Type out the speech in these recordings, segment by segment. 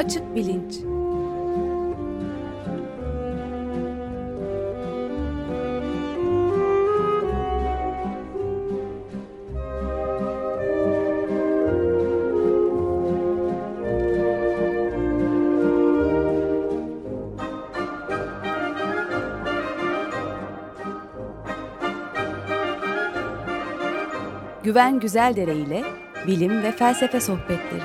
Açık bilinç. Güven Güzeldere ile bilim ve felsefe sohbetleri.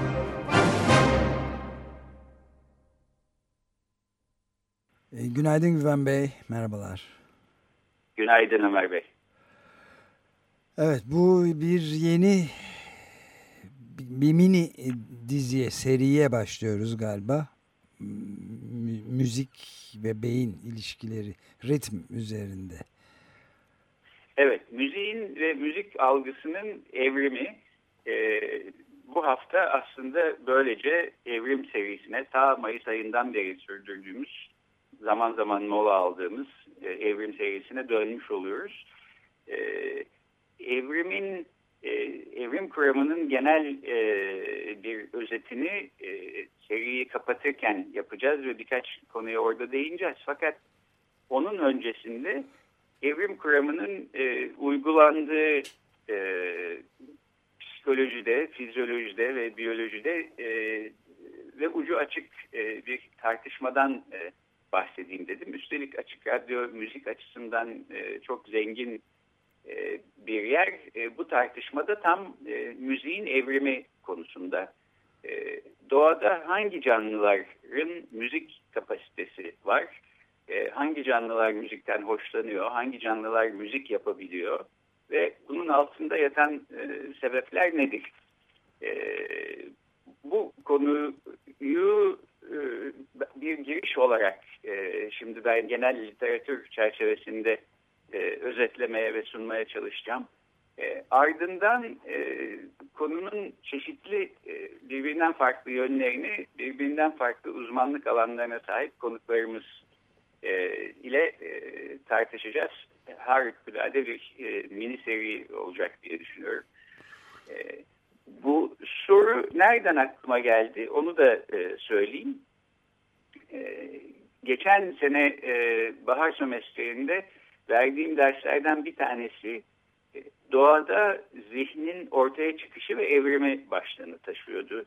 Günaydın Güven Bey, merhabalar. Günaydın Ömer Bey. Evet, bu bir yeni bir mini diziye, seriye başlıyoruz galiba. Müzik ve beyin ilişkileri, ritim üzerinde. Evet, müziğin ve müzik algısının evrimi bu hafta aslında böylece evrim serisine ta Mayıs ayından beri sürdürdüğümüz, zaman zaman mola aldığımız evrim serisine dönmüş oluyoruz. Evrim kuramının genel bir özetini seriyi kapatırken yapacağız ve birkaç konuya orada değineceğiz. Fakat onun öncesinde evrim kuramının uygulandığı psikolojide, fizyolojide ve biyolojide ve ucu açık bir tartışmadan bahsedeyim dedim. Üstelik Açık Radyo müzik açısından çok zengin bir yer. Bu tartışmada tam müziğin evrimi konusunda. Doğada hangi canlıların müzik kapasitesi var? Hangi canlılar müzikten hoşlanıyor? Hangi canlılar müzik yapabiliyor? Ve bunun altında yatan sebepler nedir? Bu konuyu bir giriş olarak şimdi ben genel literatür çerçevesinde özetlemeye ve sunmaya çalışacağım. Ardından konunun çeşitli birbirinden farklı yönlerini, birbirinden farklı uzmanlık alanlarına sahip konuklarımız ile tartışacağız. Harikulade bir mini seri olacak diye düşünüyorum. Bu soru nereden aklıma geldi onu da söyleyeyim. Geçen sene bahar sömestrinde verdiğim derslerden bir tanesi doğada zihnin ortaya çıkışı ve evrimi başlığını taşıyordu.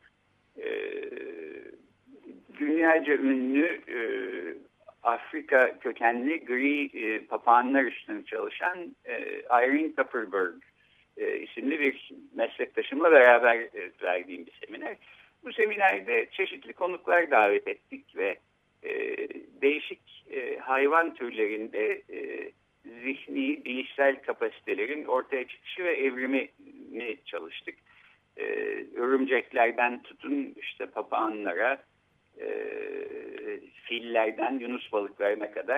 Dünyaca ünlü Afrika kökenli gri papağanlar üstüne çalışan Irene Kupperberg isimli bir meslektaşımla beraber verdiğim bir seminer. Bu seminerde çeşitli konuklar davet ettik ve değişik hayvan türlerinde zihni, bilişsel kapasitelerin ortaya çıkışı ve evrimini çalıştık. Örümceklerden tutun işte papağanlara, fillerden yunus balıklarına kadar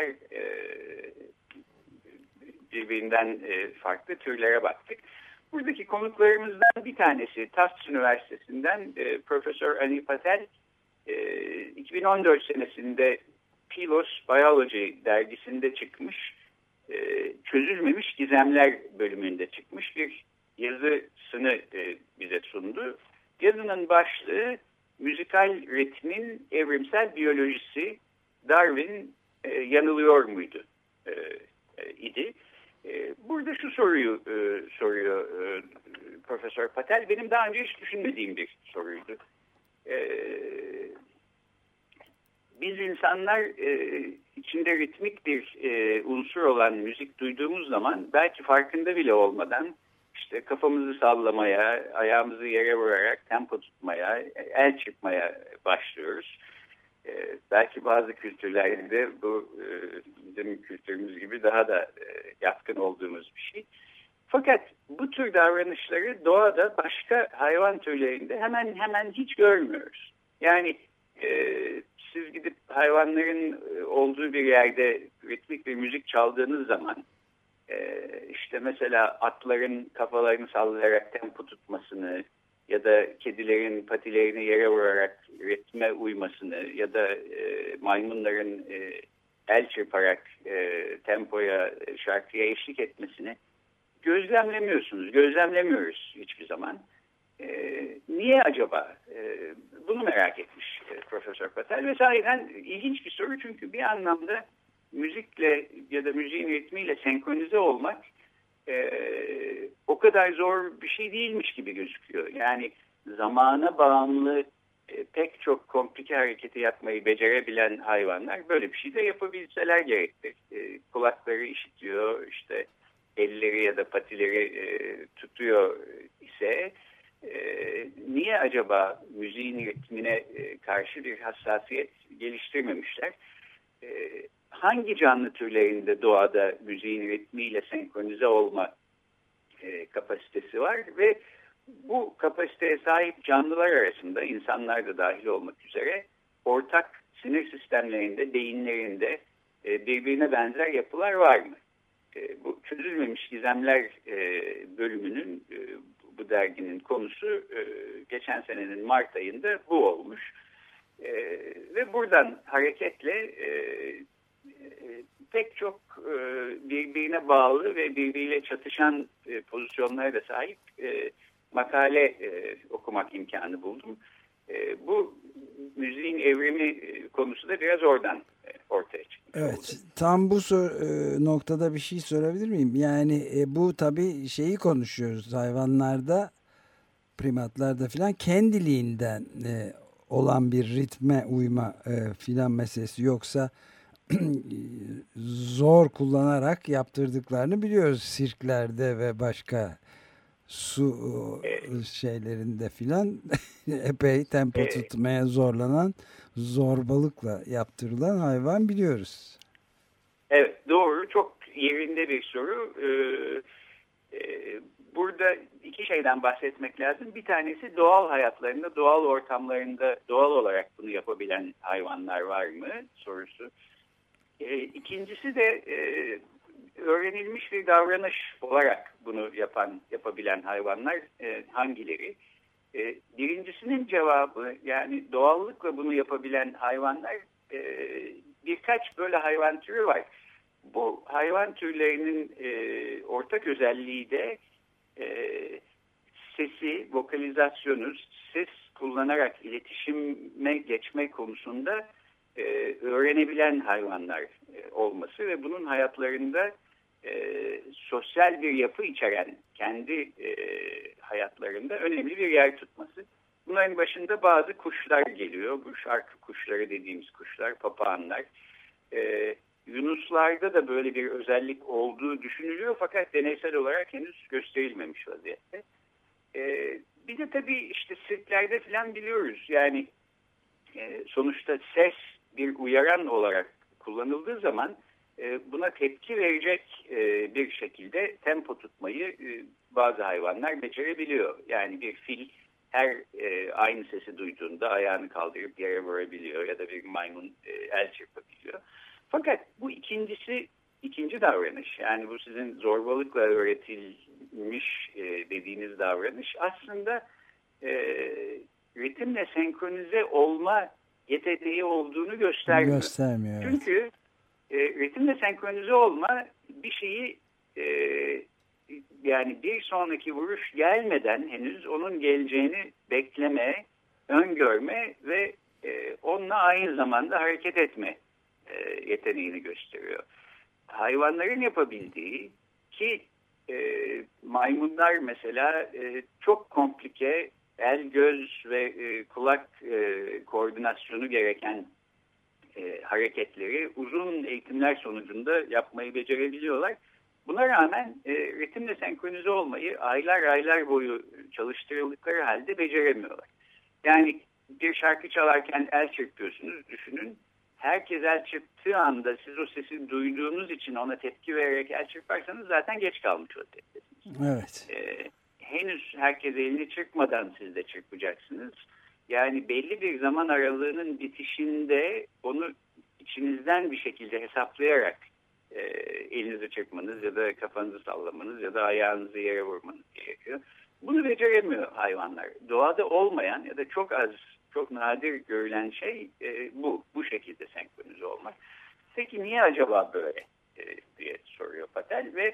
birbirinden farklı türlere baktık. Buradaki konuklarımızdan bir tanesi Tufts Üniversitesi'nden Profesör Ani Patel 2014 senesinde PLOS Biology dergisinde çıkmış, çözülmemiş gizemler bölümünde çıkmış bir yazısını bize sundu. Yazının başlığı müzikal ritmin evrimsel biyolojisi, Darwin yanılıyor muydu idi. Burada şu soruyu soruyor Profesör Patel. Benim daha önce hiç düşünmediğim bir soruydu. Biz insanlar içinde ritmik bir unsur olan müzik duyduğumuz zaman belki farkında bile olmadan işte kafamızı sallamaya, ayağımızı yere vurarak tempo tutmaya, el çırpmaya başlıyoruz. Belki bazı kültürlerde bu bizim kültürümüz gibi daha da yatkın olduğumuz bir şey. Fakat bu tür davranışları doğada başka hayvan türlerinde hemen hiç görmüyoruz. Yani siz gidip hayvanların olduğu bir yerde ritmik bir müzik çaldığınız zaman işte mesela atların kafalarını sallayarak tempo tutmasını ya da kedilerin patilerini yere vurarak ritme uymasını ya da maymunların el çırparak tempoya, şarkıya eşlik etmesini gözlemlemiyoruz hiçbir zaman. Niye acaba? Bunu merak etmiş Profesör Patel ve sahiden ilginç bir soru çünkü bir anlamda müzikle ya da müziğin ritmiyle senkronize olmak o kadar zor bir şey değilmiş gibi gözüküyor. Yani zamana bağımlı pek çok komplike hareketi yapmayı becerebilen hayvanlar böyle bir şey de yapabilseler gerektir. Kulakları işitiyor, işte elleri ya da patileri tutuyor ise niye acaba müziğin ritmine karşı bir hassasiyet geliştirmemişler? Hangi canlı türlerinde doğada müziğin ritmiyle senkronize olma kapasitesi var ve bu kapasiteye sahip canlılar arasında insanlar da dahil olmak üzere ortak sinir sistemlerinde, beyinlerinde birbirine benzer yapılar var mı? Bu çözülmemiş gizemler bölümünün bu derginin konusu geçen senenin Mart ayında bu olmuş. Ve buradan hareketle pek çok birbirine bağlı ve birbiriyle çatışan pozisyonlara da sahip makale okumak imkanı buldum. Bu müziğin evrimi konusu da biraz oradan ortaya çıkmış. Evet, tam bu noktada bir şey sorabilir miyim? Yani bu tabii şeyi konuşuyoruz hayvanlarda, primatlarda filan kendiliğinden olan bir ritme uyma filan meselesi yoksa zor kullanarak yaptırdıklarını biliyoruz sirklerde ve başka su şeylerinde filan epey tempo tutmaya zorlanan, zorbalıkla yaptırılan hayvan biliyoruz. Evet, doğru, çok yerinde bir soru. Burada iki şeyden bahsetmek lazım. Bir tanesi doğal hayatlarında, doğal ortamlarında doğal olarak bunu yapabilen hayvanlar var mı sorusu. İkincisi de öğrenilmiş bir davranış olarak bunu yapabilen hayvanlar hangileri? Birincisinin cevabı, yani doğallıkla bunu yapabilen hayvanlar birkaç böyle hayvan türü var. Bu hayvan türlerinin ortak özelliği de sesi, vokalizasyonu, ses kullanarak iletişime geçme konusunda öğrenebilen hayvanlar olması ve bunun hayatlarında sosyal bir yapı içeren kendi hayatlarında önemli bir yer tutması. Bunların başında bazı kuşlar geliyor. Bu şarkı kuşları dediğimiz kuşlar, papağanlar. Yunuslarda da böyle bir özellik olduğu düşünülüyor fakat deneysel olarak henüz gösterilmemiş vaziyette. Bir de tabii işte sirklerde falan biliyoruz. Yani sonuçta ses bir uyaran olarak kullanıldığı zaman buna tepki verecek bir şekilde tempo tutmayı bazı hayvanlar becerebiliyor. Yani bir fil her aynı sesi duyduğunda ayağını kaldırıp yere vurabiliyor ya da bir maymun el çırpabiliyor. Fakat bu ikinci davranış, yani bu sizin zorbalıkla öğretilmiş dediğiniz davranış aslında ritimle senkronize olma yeteneği olduğunu göstermiyor. Göstermiyor. Evet. Çünkü ritimle senkronize olma bir şeyi yani bir sonraki vuruş gelmeden henüz onun geleceğini bekleme, öngörme ve onunla aynı zamanda hareket etme yeteneğini gösteriyor. Hayvanların yapabildiği ki maymunlar mesela çok komplike el, göz ve kulak koordinasyonu gereken hareketleri uzun eğitimler sonucunda yapmayı becerebiliyorlar. Buna rağmen ritimle senkronize olmayı aylar boyu çalıştırıldıkları halde beceremiyorlar. Yani bir şarkı çalarken el çırpıyorsunuz, düşünün. Herkes el çırptığı anda siz o sesi duyduğunuz için ona tepki vererek el çırparsanız zaten geç kalmış vaziyettesiniz. Evet. Henüz herkes elini çırpmadan siz de çırpacaksınız. Yani belli bir zaman aralığının bitişinde onu içinizden bir şekilde hesaplayarak elinizi çırpmanız ya da kafanızı sallamanız ya da ayağınızı yere vurmanız gerekiyor. Bunu beceremiyor hayvanlar. Doğada olmayan ya da çok az, çok nadir görülen şey bu şekilde senkronize olmak. Peki niye acaba böyle diye soruyor Patel ve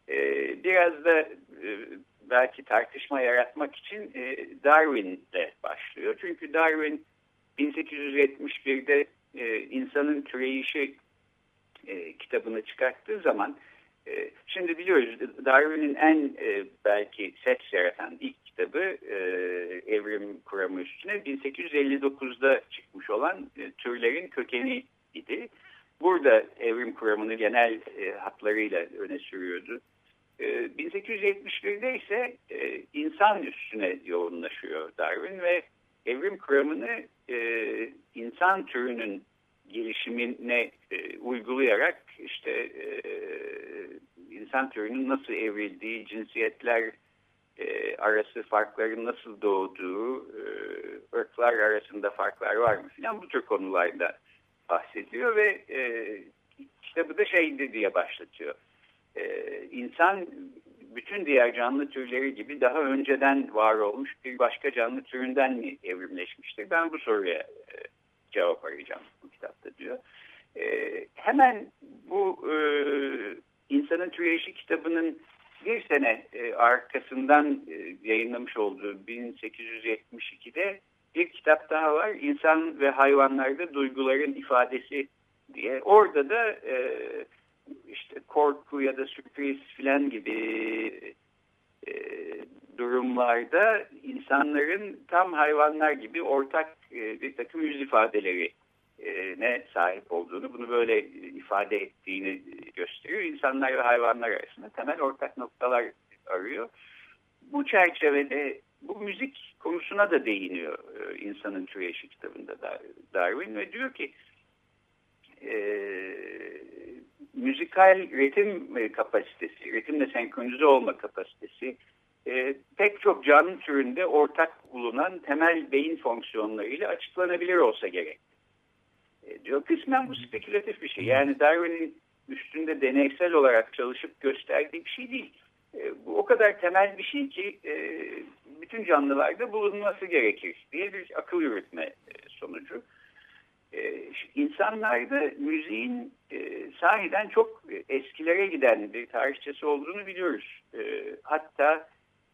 Biraz da belki tartışma yaratmak için Darwin'le başlıyor. Çünkü Darwin 1871'de İnsanın Türeyişi kitabını çıkarttığı zaman, şimdi biliyoruz Darwin'in en belki ses yaratan ilk kitabı Evrim Kuramı üstüne 1859'da çıkmış olan Türlerin Kökeni idi. Burada evrim kuramını genel hatlarıyla öne sürüyordu. 1871'de ise insan üstüne yoğunlaşıyor Darwin ve evrim kuramını insan türünün gelişimine uygulayarak işte insan türünün nasıl evrildiği, cinsiyetler arası farkların nasıl doğduğu, ırklar arasında farklar var mı filan bu tür konularda bahsediyor ve kitabı da şey diye başlatıyor. İnsan bütün diğer canlı türleri gibi daha önceden var olmuş bir başka canlı türünden mi evrimleşmiştir? Ben bu soruya cevap arayacağım bu kitapta diyor. Hemen bu İnsanın Türeyişi kitabının bir sene arkasından yayınlamış olduğu 1872'de bir kitap daha var. İnsan ve Hayvanlarda Duyguların İfadesi diye. Orada da işte korku ya da sürpriz filan gibi durumlarda insanların tam hayvanlar gibi ortak bir takım yüz ifadeleri ne sahip olduğunu, bunu böyle ifade ettiğini gösteriyor. İnsanlar ve hayvanlar arasında temel ortak noktalar arıyor. Bu çerçevede bu müzik konusuna da değiniyor İnsanın Türeyişi kitabında Darwin ve diyor ki müzikal ritim kapasitesi, ritimle senkronize olma kapasitesi pek çok canlı türünde ortak bulunan temel beyin fonksiyonlarıyla açıklanabilir olsa gerek. Diyor kısmen bu spekülatif bir şey. Yani Darwin'in üstünde deneysel olarak çalışıp gösterdiği bir şey değil. Bu o kadar temel bir şey ki bütün canlılarda bulunması gerekir diye bir akıl yürütme sonucu. İnsanlarda müziğin sahiden çok eskilere giden bir tarihçesi olduğunu biliyoruz. Hatta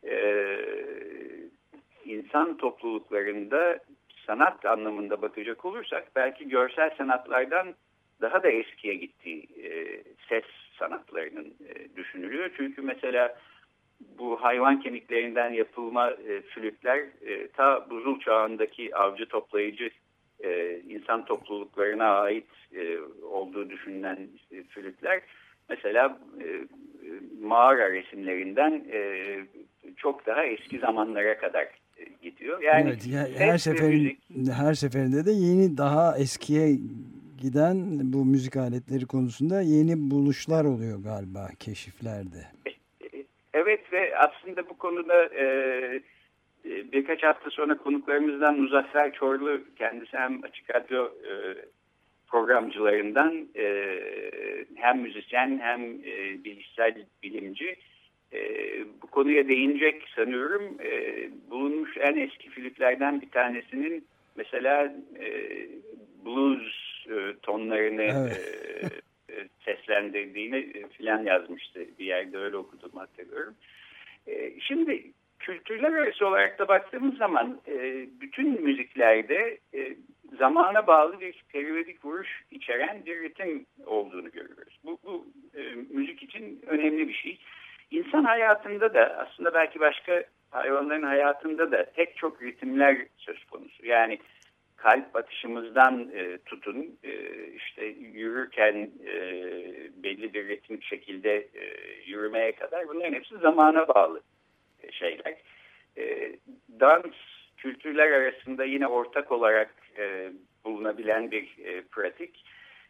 insan topluluklarında sanat anlamında bakacak olursak belki görsel sanatlardan daha da eskiye gittiği ses sanatlarının düşünülüyor. Çünkü mesela bu hayvan kemiklerinden yapılma flütler ta buzul çağındaki avcı toplayıcı insan topluluklarına ait olduğu düşünülen flütler mesela mağara resimlerinden çok daha eski zamanlara kadar gidiyor. Yani evet, her seferinde de yeni daha eskiye giden bu müzik aletleri konusunda yeni buluşlar oluyor galiba keşiflerde. Evet ve aslında bu konuda birkaç hafta sonra konuklarımızdan Muzaffer Çorlu, kendisi hem Açık Radyo programcılarından hem müzisyen hem bilişsel bilimci bu konuya değinecek sanıyorum. Bulunmuş en eski flütlerden bir tanesinin mesela blues tonlarını seslendirdiğini filan yazmıştı. Bir yerde öyle okudum hatırlıyorum. Şimdi kültürler arası olarak da baktığımız zaman bütün müziklerde zamana bağlı bir periyodik vuruş içeren bir ritim olduğunu görüyoruz. Bu müzik için önemli bir şey. İnsan hayatında da aslında belki başka hayvanların hayatında da pek çok ritimler söz konusu. Yani kalp atışımızdan tutun işte yürürken belli bir ritmik şekilde yürümeye kadar bunların hepsi zamana bağlı şeyler. Dans kültürler arasında yine ortak olarak bulunabilen bir pratik.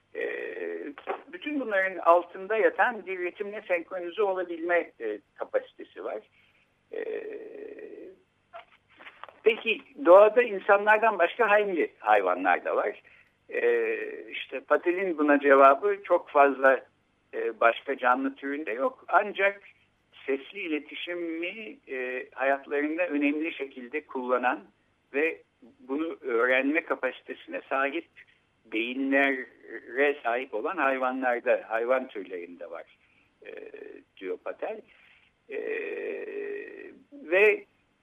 Bütün bunların altında yatan bir ritimle senkronize olabilme kapasitesi var. Peki doğada insanlardan başka hangi hayvanlar da var? İşte Patel'in buna cevabı çok fazla başka canlı türünde yok. Ancak sesli iletişimi hayatlarında önemli şekilde kullanan ve bunu öğrenme kapasitesine sahip beyinlere sahip olan hayvanlarda, hayvan türlerinde var. diyor Patel. Ve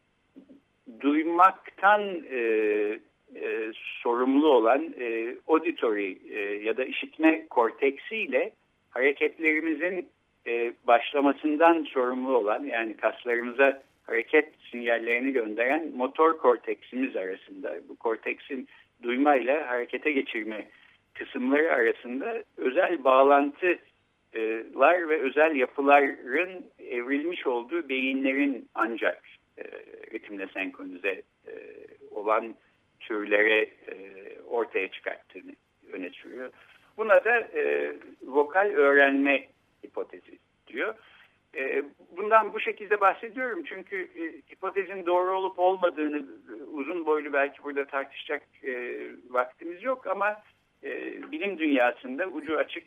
duymaktan sorumlu olan auditory ya da işitme korteksiyle hareketlerimizin başlamasından sorumlu olan, yani kaslarımıza hareket sinyallerini gönderen motor korteksimiz arasında, bu korteksin duymayla harekete geçirme kısımları arasında özel bağlantılar ve özel yapıların evrilmiş olduğu beyinlerin ancak ritimle senkronize olan türlere ortaya çıkarttığını öne sürüyor. Buna da vokal öğrenme hipotezi diyor. Bundan bu şekilde bahsediyorum çünkü hipotezin doğru olup olmadığını uzun boylu belki burada tartışacak vaktimiz yok ama bilim dünyasında ucu açık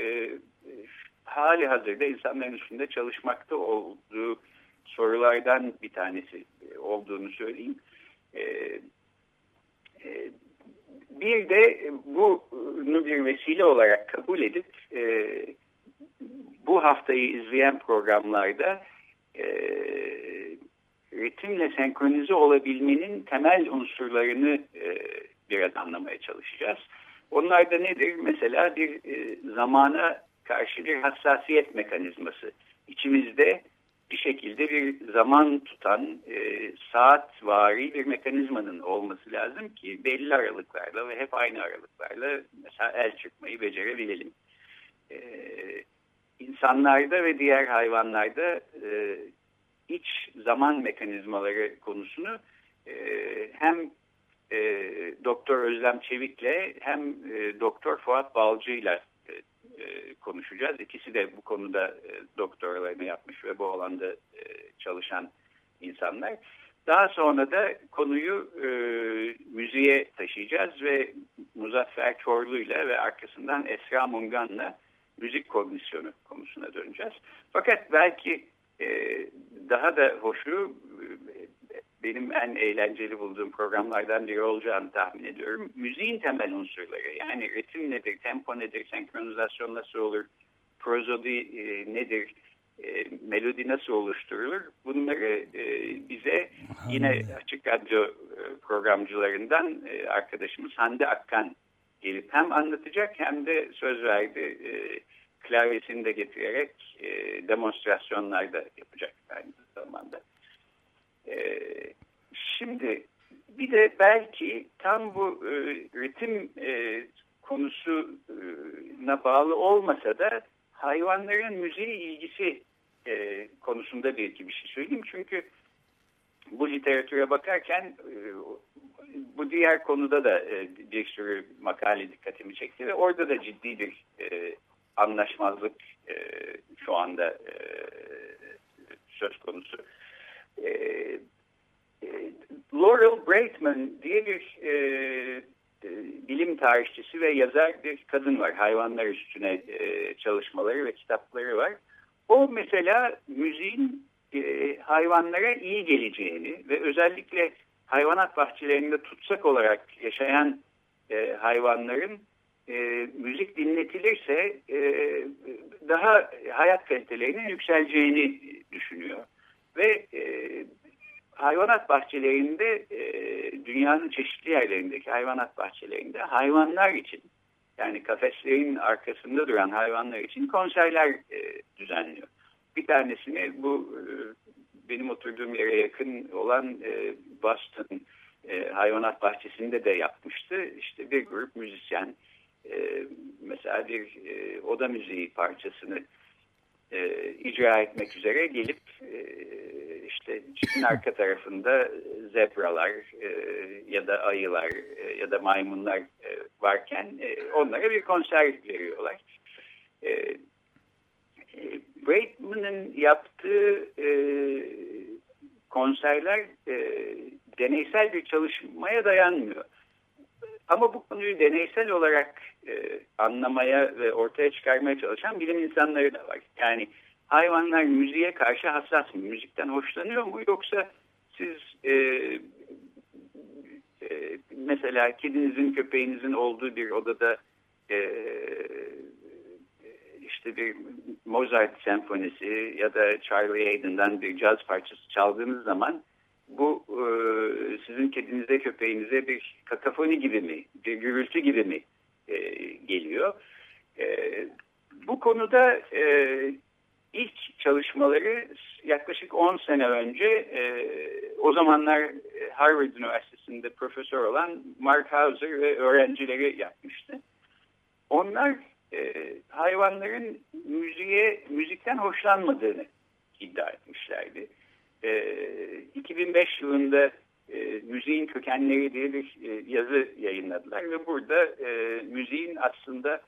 hali hazırda insanların üstünde çalışmakta olduğu sorulardan bir tanesi olduğunu söyleyeyim. Bir de bunu bir vesile olarak kabul edip bu haftayı izleyen programlarda ritimle senkronize olabilmenin temel unsurlarını biraz anlamaya çalışacağız. Onlar da nedir? Mesela bir zamana karşı bir hassasiyet mekanizması. İçimizde bir şekilde bir zaman tutan saatvari bir mekanizmanın olması lazım ki belli aralıklarla ve hep aynı aralıklarla mesela el çırpmayı becerebilelim. İnsanlarda ve diğer hayvanlarda iç zaman mekanizmaları konusunu hem Doktor Özlem Çevik'le hem Doktor Fuat Balcı'yla konuşacağız. İkisi de bu konuda doktoralarını yapmış ve bu alanda çalışan insanlar. Daha sonra da konuyu müziğe taşıyacağız ve Muzaffer Çorlu'yla ve arkasından Esra Mungan'la müzik kognisyonu konusuna döneceğiz. Fakat belki daha da hoşu, benim en eğlenceli bulduğum programlardan biri olacağını tahmin ediyorum. Müziğin temel unsurları, yani ritim nedir, tempo nedir, senkronizasyon nasıl olur, prozodi nedir, melodi nasıl oluşturulur? Bunları bize yine Açık Radyo programcılarından arkadaşımız Hande Akkan gelip hem anlatacak hem de söz verdi. Klavyesini de getirerek demonstrasyonlar da yapacak aynı zamanda. Şimdi bir de belki tam bu ritim konusuna bağlı olmasa da hayvanların müziğe ilgisi konusunda belki bir şey söyleyeyim. Çünkü bu literatüre bakarken bu diğer konuda da bir sürü makale dikkatimi çekti ve orada da ciddi bir anlaşmazlık şu anda söz konusu. Laurel Braitman diye bir bilim tarihçisi ve yazar bir kadın var. Hayvanlar üstüne çalışmaları ve kitapları var. O mesela müziğin hayvanlara iyi geleceğini ve özellikle hayvanat bahçelerinde tutsak olarak yaşayan hayvanların müzik dinletilirse daha hayat kalitelerinin yükseleceğini düşünüyor. Ve hayvanat bahçelerinde, dünyanın çeşitli yerlerindeki hayvanat bahçelerinde hayvanlar için, yani kafeslerin arkasında duran hayvanlar için konserler düzenliyor. Bir tanesini bu benim oturduğum yere yakın olan Boston hayvanat bahçesinde de yapmıştı. İşte bir grup müzisyen mesela bir oda müziği parçasını icra etmek üzere gelip işte çiftliğin arka tarafında zebralar ya da ayılar ya da maymunlar varken onlara bir konser veriyorlar. Braitman'ın yaptığı konserler deneysel bir çalışmaya dayanmıyor. Ama bu konuyu deneysel olarak anlamaya ve ortaya çıkarmaya çalışan bilim insanları da var. Yani hayvanlar müziğe karşı hassas mı? Müzikten hoşlanıyor mu? Yoksa siz mesela kedinizin, köpeğinizin olduğu bir odada işte işte bir Mozart senfonisi ya da Charlie Haydn'dan bir caz parçası çaldığınız zaman bu sizin kedinize, köpeğinize bir kakafoni gibi mi, bir gürültü gibi mi geliyor? Bu konuda ilk çalışmaları yaklaşık 10 sene önce o zamanlar Harvard Üniversitesi'nde profesör olan Mark Hauser ve öğrencileri yapmıştı. Onlar hayvanların müzikten hoşlanmadığını iddia etmişlerdi. 2005 yılında Müziğin Kökenleri diye bir yazı yayınladılar ve burada müziğin aslında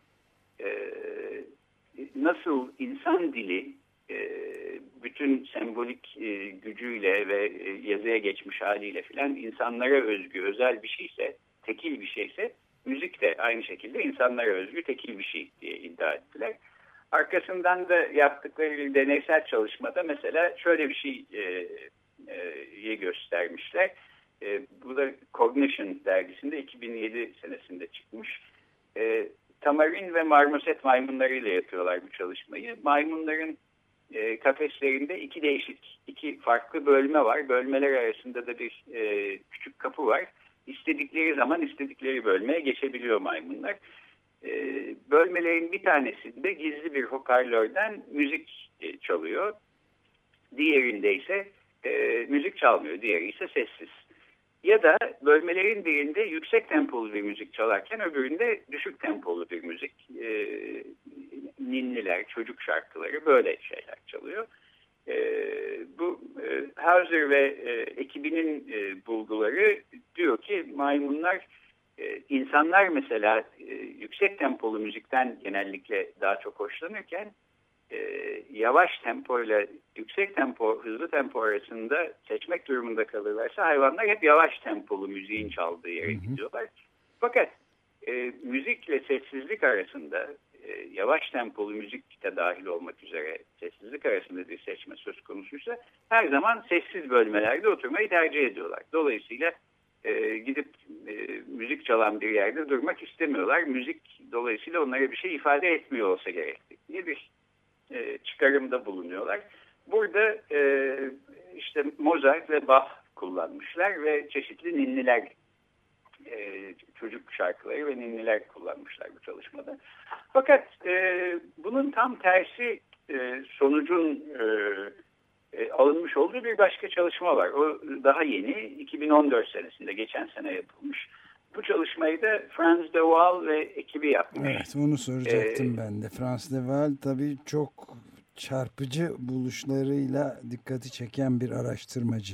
nasıl insan dili bütün sembolik gücüyle ve yazıya geçmiş haliyle filan insanlara özgü özel bir şeyse, tekil bir şeyse, müzik de aynı şekilde insanlara özgü tekil bir şey diye iddia ettiler. Arkasından da yaptıkları bir deneysel çalışmada mesela şöyle bir şeyi göstermişler. Bu da Cognition dergisinde 2007 senesinde çıkmış. Tamarin ve marmoset maymunlarıyla yapıyorlar bu çalışmayı. Maymunların kafeslerinde iki farklı bölme var. Bölmeler arasında da bir küçük kapı var. İstedikleri zaman istedikleri bölmeye geçebiliyor maymunlar. Bölmelerin bir tanesinde gizli bir hoparlörden müzik çalıyor. Diğerinde ise müzik çalmıyor. Diğeri ise sessiz. Ya da bölmelerin birinde yüksek tempolu bir müzik çalarken öbüründe düşük tempolu bir müzik. Ninniler, çocuk şarkıları böyle şeyler çalıyor. Bu Hauser ve ekibinin bulguları diyor ki maymunlar, insanlar mesela yüksek tempolu müzikten genellikle daha çok hoşlanırken yavaş tempo ile yüksek tempo, hızlı tempo arasında seçmek durumunda kalırlarsa hayvanlar hep yavaş tempolu müziğin çaldığı yere gidiyorlar. Fakat müzikle sessizlik arasında yavaş tempolu müzik de dahil olmak üzere sessizlik arasında bir seçme söz konusuysa her zaman sessiz bölmelerde oturmayı tercih ediyorlar. Dolayısıyla gidip müzik çalan bir yerde durmak istemiyorlar. Müzik dolayısıyla onlara bir şey ifade etmiyor olsa gerek diye bir çıkarımda bulunuyorlar. Burada işte Mozart ve Bach kullanmışlar ve çeşitli ninniler, çocuk şarkıları ve ninniler kullanmışlar bu çalışmada. Fakat bunun tam tersi sonucun alınmış olduğu bir başka çalışma var. O daha yeni, 2014 senesinde, geçen sene yapılmış. Bu çalışmayı da Frans de Waal ve ekibi yapmış. Evet, onu soracaktım ben de. Frans de Waal tabii çok çarpıcı buluşlarıyla dikkati çeken bir araştırmacı.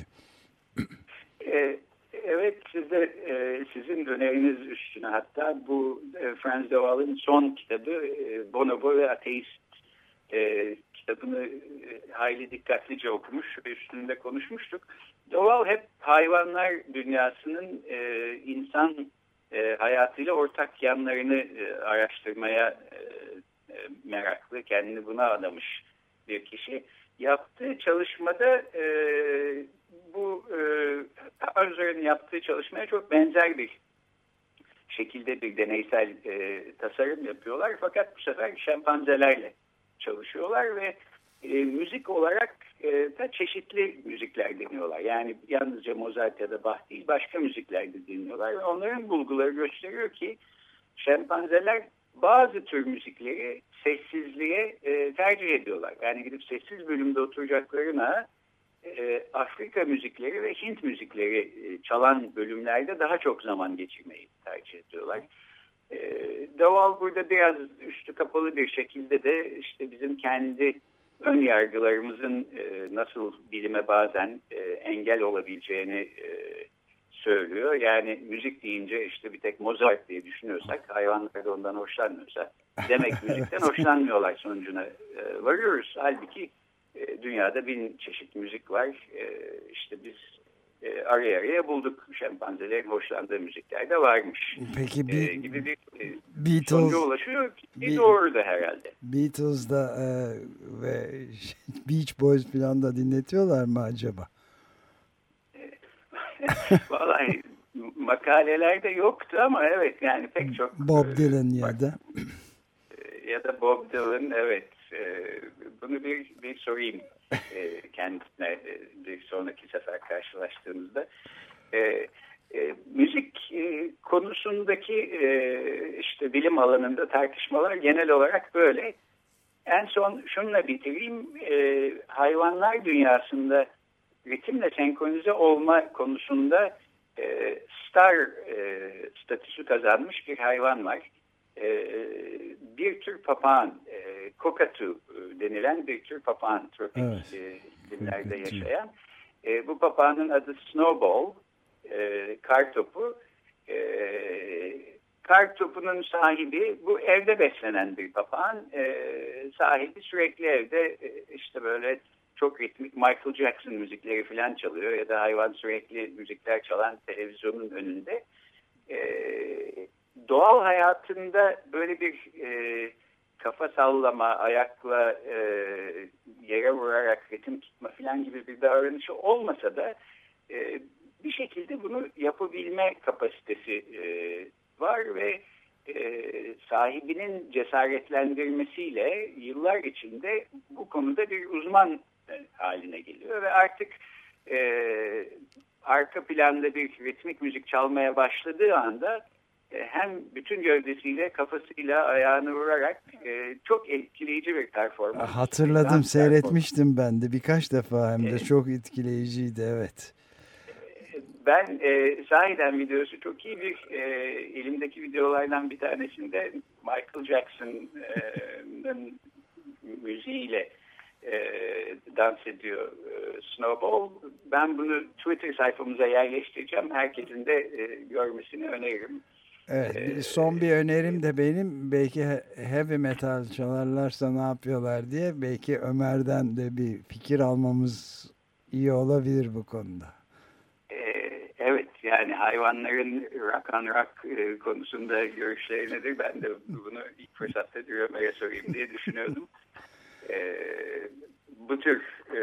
Evet, sizin öneriniz üstüne hatta bu Frans de Waal'ın son kitabı Bonobo ve Ateist kitabını hayli dikkatlice okumuş ve üstünde konuşmuştuk. De Waal hep hayvanlar dünyasının insan hayatıyla ortak yanlarını araştırmaya meraklı, kendini buna adamış bir kişi. Yaptığı çalışmada bu Hauser'ın yaptığı çalışmaya çok benzer bir şekilde bir deneysel tasarım yapıyorlar. Fakat bu sefer şempanzelerle çalışıyorlar ve müzik olarak da çeşitli müzikler deniyorlar. Yani yalnızca Mozart ya da Bach değil, başka müzikler de dinliyorlar. Ve onların bulguları gösteriyor ki şempanzeler bazı tür müzikleri sessizliğe tercih ediyorlar. Yani gidip sessiz bölümde oturacaklarına Afrika müzikleri ve Hint müzikleri çalan bölümlerde daha çok zaman geçirmeyi tercih ediyorlar. De Waal burada biraz üstü kapalı bir şekilde de işte bizim kendi ön yargılarımızın nasıl bilime bazen engel olabileceğini söylüyor. Yani müzik deyince işte bir tek Mozart diye düşünüyorsak, hayvanlar da ondan hoşlanmıyorsa demek müzikten hoşlanmıyorlar sonucuna varıyoruz. Halbuki dünyada 1000 çeşit müzik var. İşte biz araya bulduk. Şempanzelerin hoşlandığı müzikler de varmış. Peki gibi bir Beatles, sonuca ulaşıyor. Doğru da herhalde. Beatles'da ve Beach Boys falan da dinletiyorlar mı acaba? Vallahi makalelerde yoktu ama evet yani pek çok. Bob Dylan ya da. ya da Bob Dylan, evet. Bunu bir sorayım kendisine bir sonraki sefer karşılaştığımızda. Müzik konusundaki işte bilim alanında tartışmalar genel olarak böyle. En son şununla bitireyim. Hayvanlar dünyasında ritimle senkronize olma konusunda star statüsü kazanmış bir hayvan var. Bir tür papağan, kokatu denilen bir tür papağan, tropik iklimlerde yaşayan. Bu papağanın adı Snowball, kar topu. Kar topunun sahibi, bu evde beslenen bir papağan. Sahibi sürekli evde işte böyle çok ritmik Michael Jackson müzikleri falan çalıyor ya da hayvan sürekli müzikler çalan televizyonun önünde. Doğal hayatında böyle bir kafa sallama, ayakla yere vurarak ritim tutma falan gibi bir davranışı olmasa da bir şekilde bunu yapabilme kapasitesi var ve sahibinin cesaretlendirmesiyle yıllar içinde bu konuda bir uzman haline geliyor ve artık arka planda bir ritmik müzik çalmaya başladığı anda hem bütün gövdesiyle, kafasıyla, ayağını vurarak çok etkileyici bir performans. Hatırladım, seyretmiştim ben de birkaç defa, hem de çok etkileyiciydi, evet. Ben sahiden videosu çok iyi bir elimdeki videolardan bir tanesinde Michael Jackson'ın müziğiyle dans ediyor Snowball. Ben bunu Twitter sayfamıza yerleştireceğim. Herkesin de görmesini öneririm. Evet, son bir önerim de benim, belki heavy metal çalarlarsa ne yapıyorlar diye, belki Ömer'den de bir fikir almamız iyi olabilir bu konuda. Evet, yani hayvanların rock and rock konusunda görüşleri nedir? Ben de bunu ilk fırsatta Ömer'e sorayım diye düşünüyordum. Bu tür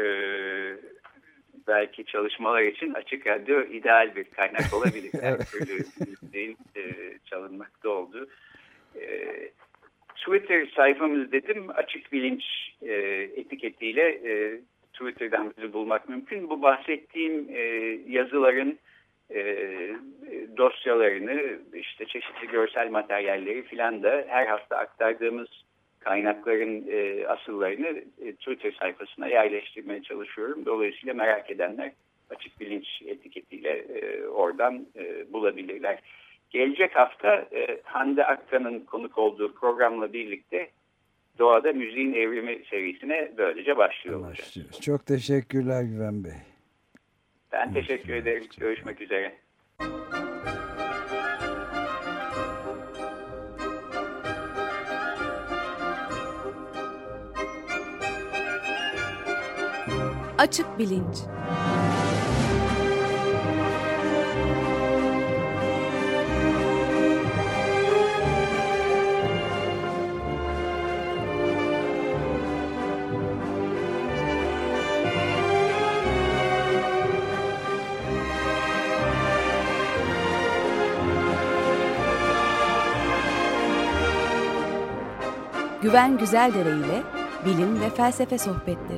belki çalışmalar için Açık Radyo ideal bir kaynak olabilir. Her türlü müziğin çalınmakta olduğu. Twitter sayfamız dedim, Açık Bilinç etiketiyle Twitter'dan bizi bulmak mümkün. Bu bahsettiğim yazıların dosyalarını, işte çeşitli görsel materyalleri filan da her hafta aktardığımız kaynakların asıllarını Twitter sayfasına yerleştirmeye çalışıyorum. Dolayısıyla merak edenler Açık Bilinç etiketiyle oradan bulabilirler. Gelecek hafta Hande Aktan'ın konuk olduğu programla birlikte Doğada Müziğin Evrimi serisine böylece başlıyor olacağız. Çok teşekkürler Güven Bey. Ben teşekkür ederim. Görüşmek üzere. Açık Bilinç. Güven Güzeldere ile bilim ve felsefe sohbetleri.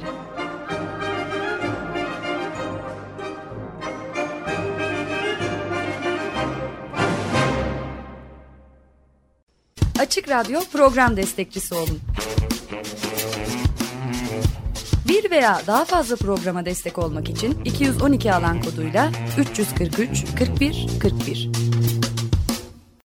Açık Radyo program destekçisi olun. Bir veya daha fazla programa destek olmak için 212 alan koduyla 343 41 41.